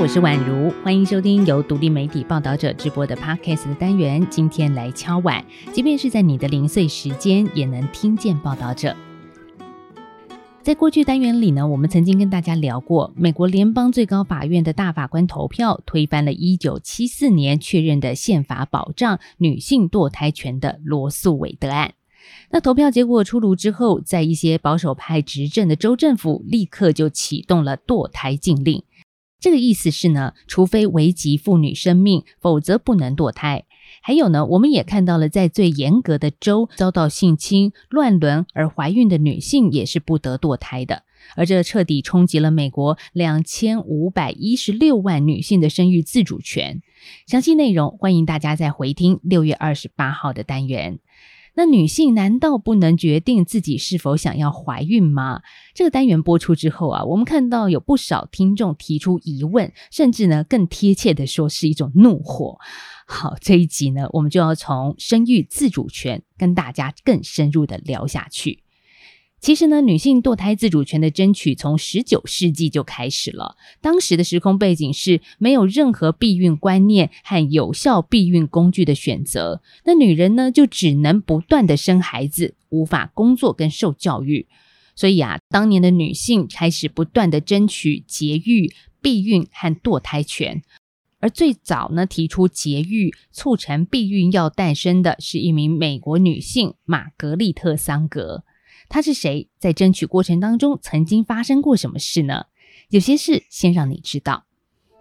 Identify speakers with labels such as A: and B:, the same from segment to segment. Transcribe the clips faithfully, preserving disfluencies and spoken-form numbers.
A: 是婉如，欢迎收听由独立媒体报道者直播的 Podcast 的单元。今天来敲碗，即便是在你的零碎时间，也能听见报道者。在过去单元里呢，我们曾经跟大家聊过，美国联邦最高法院的大法官投票推翻了一九七四年确认的宪法保障女性堕胎权的罗诉韦德案。那投票结果出炉之后，在一些保守派执政的州政府立刻就启动了堕胎禁令。这个意思是呢，除非危及妇女生命，否则不能堕胎。还有呢，我们也看到了在最严格的州遭到性侵、乱伦而怀孕的女性也是不得堕胎的。而这彻底冲击了美国两千五百一十六万女性的生育自主权。详细内容欢迎大家再回听六月二十八号的单元。那女性难道不能决定自己是否想要怀孕吗？这个单元播出之后啊，我们看到有不少听众提出疑问，甚至呢更贴切的说是一种怒火。好，这一集呢，我们就要从生育自主权跟大家更深入的聊下去。其实呢，女性堕胎自主权的争取从十九世纪就开始了。当时的时空背景是没有任何避孕观念和有效避孕工具的选择，那女人呢就只能不断的生孩子，无法工作跟受教育。所以啊，当年的女性开始不断的争取节育、避孕和堕胎权。而最早呢提出节育、促成避孕药诞生的是一名美国女性玛格丽特·桑格。她是谁？在争取过程当中曾经发生过什么事呢？有些事先让你知道。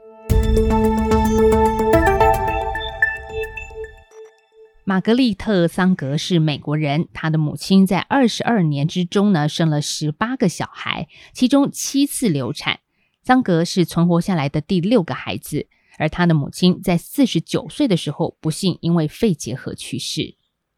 A: 玛格丽特·桑格是美国人，她的母亲在二十二年之中呢生了十八个小孩，其中七次流产。桑格是存活下来的第六个孩子，而她的母亲在四十九岁的时候不幸因为肺结核去世。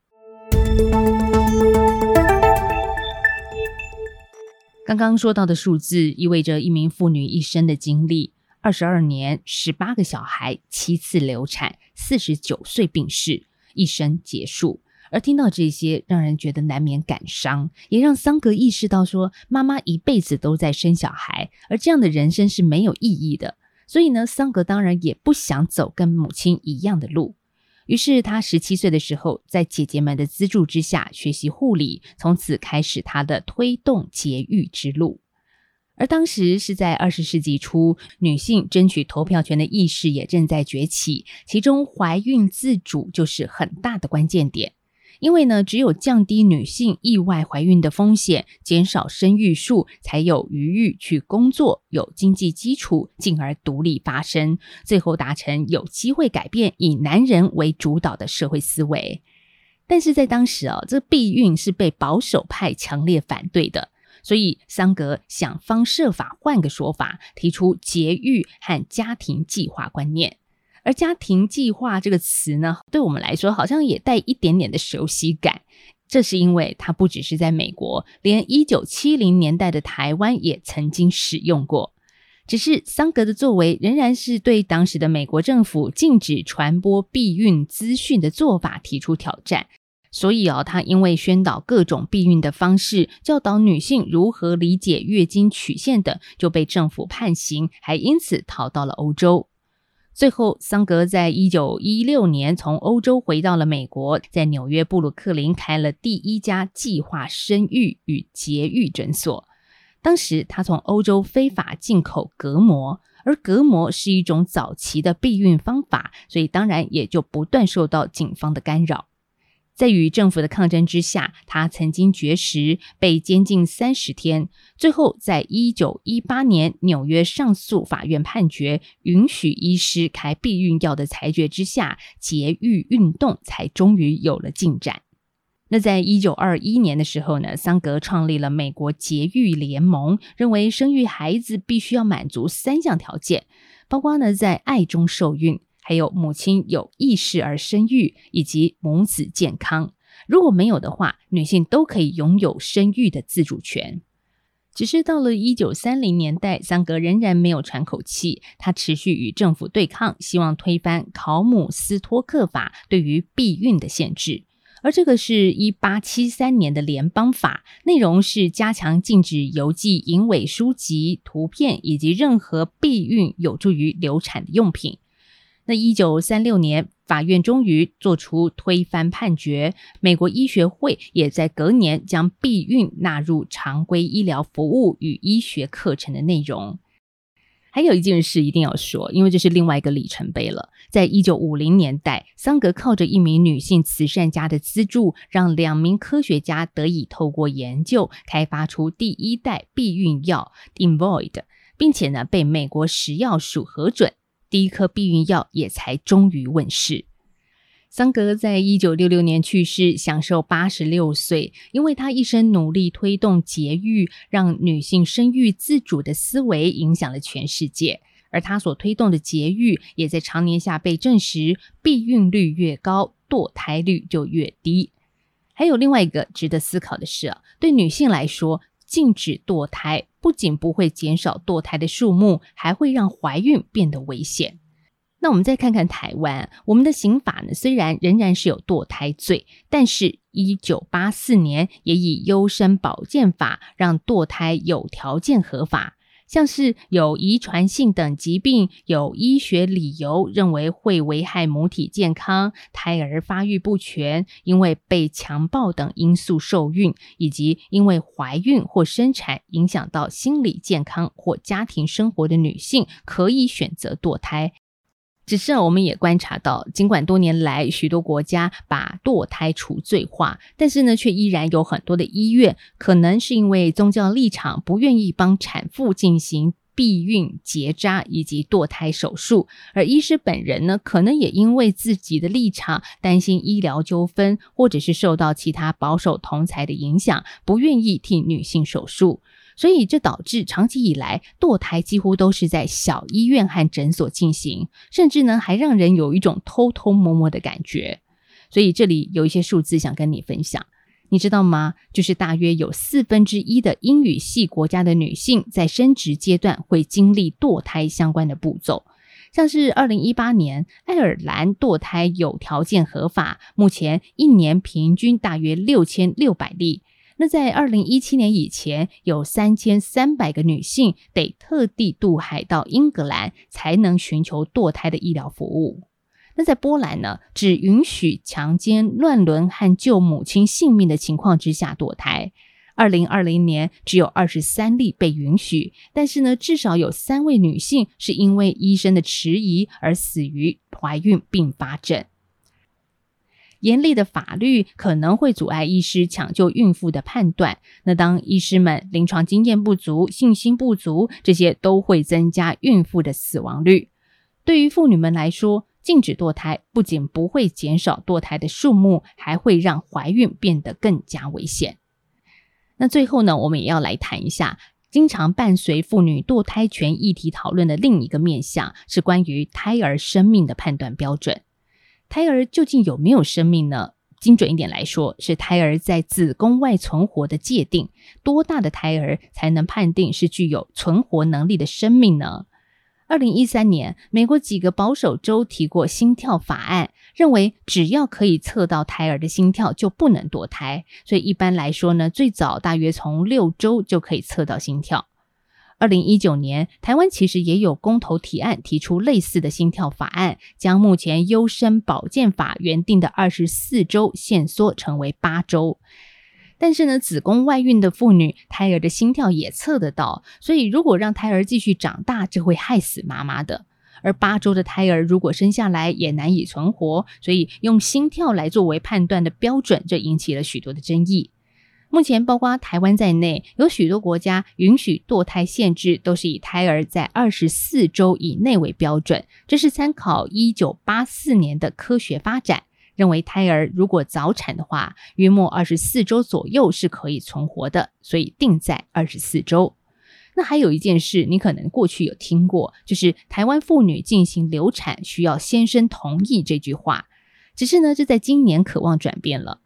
A: 刚刚说到的数字意味着一名妇女一生的经历，二十二年、十八个小孩、七次流产、四十九岁病逝，一生结束。而听到这些，让人觉得难免感伤，也让桑格意识到说，妈妈一辈子都在生小孩，而这样的人生是没有意义的。所以呢，桑格当然也不想走跟母亲一样的路。于是他十七岁的时候，在姐姐们的资助之下学习护理，从此开始他的推动节育之路。而当时是在二十世纪初，女性争取投票权的意识也正在崛起，其中怀孕自主就是很大的关键点。因为呢，只有降低女性意外怀孕的风险，减少生育数，才有余裕去工作，有经济基础，进而独立发声，最后达成有机会改变以男人为主导的社会思维。但是在当时哦，这避孕是被保守派强烈反对的，所以桑格想方设法换个说法，提出节育和家庭计划观念。而家庭计划这个词呢，对我们来说好像也带一点点的熟悉感。这是因为它不只是在美国，连一九七零年代的台湾也曾经使用过。只是桑格的作为仍然是对当时的美国政府禁止传播避孕资讯的做法提出挑战。所以哦，他因为宣导各种避孕的方式，教导女性如何理解月经曲线等，就被政府判刑，还因此逃到了欧洲。最后桑格在一九一六年从欧洲回到了美国，在纽约布鲁克林开了第一家计划生育与节育诊所。当时他从欧洲非法进口隔膜，而隔膜是一种早期的避孕方法，所以当然也就不断受到警方的干扰。在与政府的抗争之下，他曾经绝食，被监禁三十天，最后在一九一八年纽约上诉法院判决允许医师开避孕药的裁决之下，节育运动才终于有了进展。那在一九二一年的时候呢，桑格创立了美国节育联盟，认为生育孩子必须要满足三项条件，包括呢在爱中受孕，还有母亲有意识而生育，以及母子健康。如果没有的话，女性都可以拥有生育的自主权。只是到了一九三零年代，桑格仍然没有喘口气，他持续与政府对抗，希望推翻考姆斯托克法对于避孕的限制。 而这个是一八七三年的联邦法，内容是加强禁止邮寄淫猥书籍、图片以及任何避孕有助于流产的用品。那一九三六年，法院终于做出推翻判决，美国医学会也在隔年将避孕纳入常规医疗服务与医学课程的内容。还有一件事一定要说，因为这是另外一个里程碑了。在一九五零年代，桑格靠着一名女性慈善家的资助，让两名科学家得以透过研究开发出第一代避孕药 Invoid， 并且呢被美国食药署核准，第一颗避孕药也才终于问世。桑格在一九六六年去世，享受八十六岁，因为他一生努力推动节育，让女性生育自主的思维影响了全世界。而他所推动的节育也在常年下被证实，避孕率越高，堕胎率就越低。还有另外一个值得思考的是啊，对女性来说，禁止堕胎不仅不会减少堕胎的数目，还会让怀孕变得危险。那我们再看看台湾，我们的刑法呢，虽然仍然是有堕胎罪，但是一九八四年也以优生保健法让堕胎有条件合法。像是有遗传性等疾病，有医学理由认为会危害母体健康，胎儿发育不全，因为被强暴等因素受孕，以及因为怀孕或生产影响到心理健康或家庭生活的女性，可以选择堕胎。只是我们也观察到，尽管多年来许多国家把堕胎除罪化，但是呢，却依然有很多的医院，可能是因为宗教立场不愿意帮产妇进行避孕、结扎以及堕胎手术，而医师本人呢，可能也因为自己的立场，担心医疗纠纷，或者是受到其他保守同侪的影响，不愿意替女性手术。所以这导致长期以来堕胎几乎都是在小医院和诊所进行，甚至呢还让人有一种偷偷摸摸的感觉。所以这里有一些数字想跟你分享，你知道吗？就是大约有四分之一的英语系国家的女性在生殖阶段会经历堕胎相关的步骤。像是二零一八年爱尔兰堕胎有条件合法，目前一年平均大约六千六百例。那在二零一七年以前，有三千三百个女性得特地渡海到英格兰才能寻求堕胎的医疗服务。那在波兰呢，只允许强奸、乱伦和救母亲性命的情况之下堕胎。二零二零年只有二十三例被允许，但是呢，至少有三位女性是因为医生的迟疑而死于怀孕并发症。严厉的法律可能会阻碍医师抢救孕妇的判断，那当医师们临床经验不足、信心不足，这些都会增加孕妇的死亡率。对于妇女们来说，禁止堕胎不仅不会减少堕胎的数目，还会让怀孕变得更加危险。那最后呢，我们也要来谈一下经常伴随妇女堕胎权议题讨论的另一个面向，是关于胎儿生命的判断标准。胎儿究竟有没有生命呢？精准一点来说，是胎儿在子宫外存活的界定，多大的胎儿才能判定是具有存活能力的生命呢？二零一三年，美国几个保守州提过心跳法案，认为只要可以测到胎儿的心跳就不能堕胎，所以一般来说呢，最早大约从六周就可以测到心跳。二零一九年，台湾其实也有公投提案提出类似的心跳法案，将目前优生保健法原定的二十四周限缩成为八周。但是呢，子宫外孕的妇女，胎儿的心跳也测得到，所以如果让胎儿继续长大，这会害死妈妈的。而八周的胎儿如果生下来也难以存活，所以用心跳来作为判断的标准，这引起了许多的争议。目前包括台湾在内，有许多国家允许堕胎限制都是以胎儿在二十四周以内为标准，这是参考一九八四年的科学发展，认为胎儿如果早产的话，约莫二十四周左右是可以存活的，所以定在二十四周。那还有一件事你可能过去有听过，就是台湾妇女进行流产需要先生同意这句话，只是呢，这在今年可望转变了。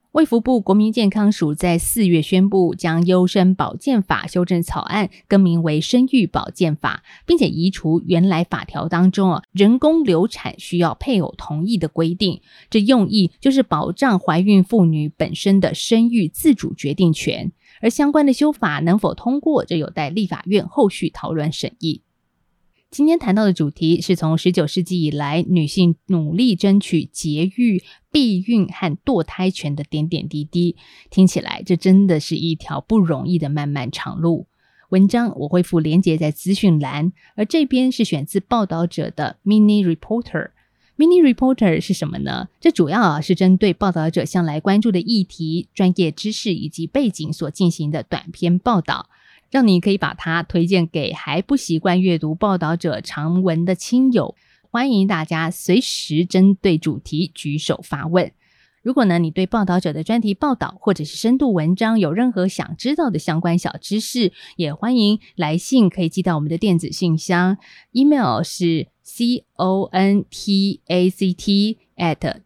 A: 卫福部国民健康署在四月宣布，将优生保健法修正草案更名为生育保健法，并且移除原来法条当中啊人工流产需要配偶同意的规定。这用意就是保障怀孕妇女本身的生育自主决定权，而相关的修法能否通过，这有待立法院后续讨论审议。今天谈到的主题是从十九世纪以来女性努力争取节育、避孕和堕胎权的点点滴滴，听起来这真的是一条不容易的漫漫长路。文章我会附连结在资讯栏，而这边是选自报道者的 Mini Reporter。Mini Reporter 是什么呢？这主要啊是针对报道者向来关注的议题、专业知识以及背景所进行的短篇报道，让你可以把它推荐给还不习惯阅读报道者长文的亲友。欢迎大家随时针对主题举手发问。如果呢你对报道者的专题报道或者是深度文章有任何想知道的相关小知识，也欢迎来信可以寄到我们的电子信箱， email 是 contact at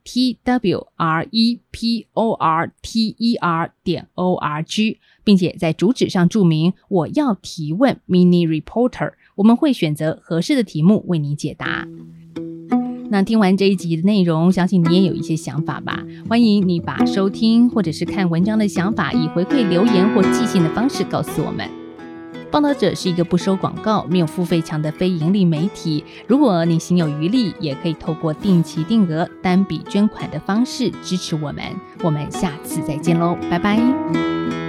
A: twreporter 点 org， 并且在主旨上注明我要提问 Mini Reporter， 我们会选择合适的题目为你解答。那听完这一集的内容，相信你也有一些想法吧，欢迎你把收听或者是看文章的想法以回馈留言或寄信的方式告诉我们。报道者是一个不收广告、没有付费墙的非盈利媒体，如果你心有余力，也可以透过定期定额单笔捐款的方式支持我们。我们下次再见咯，拜拜。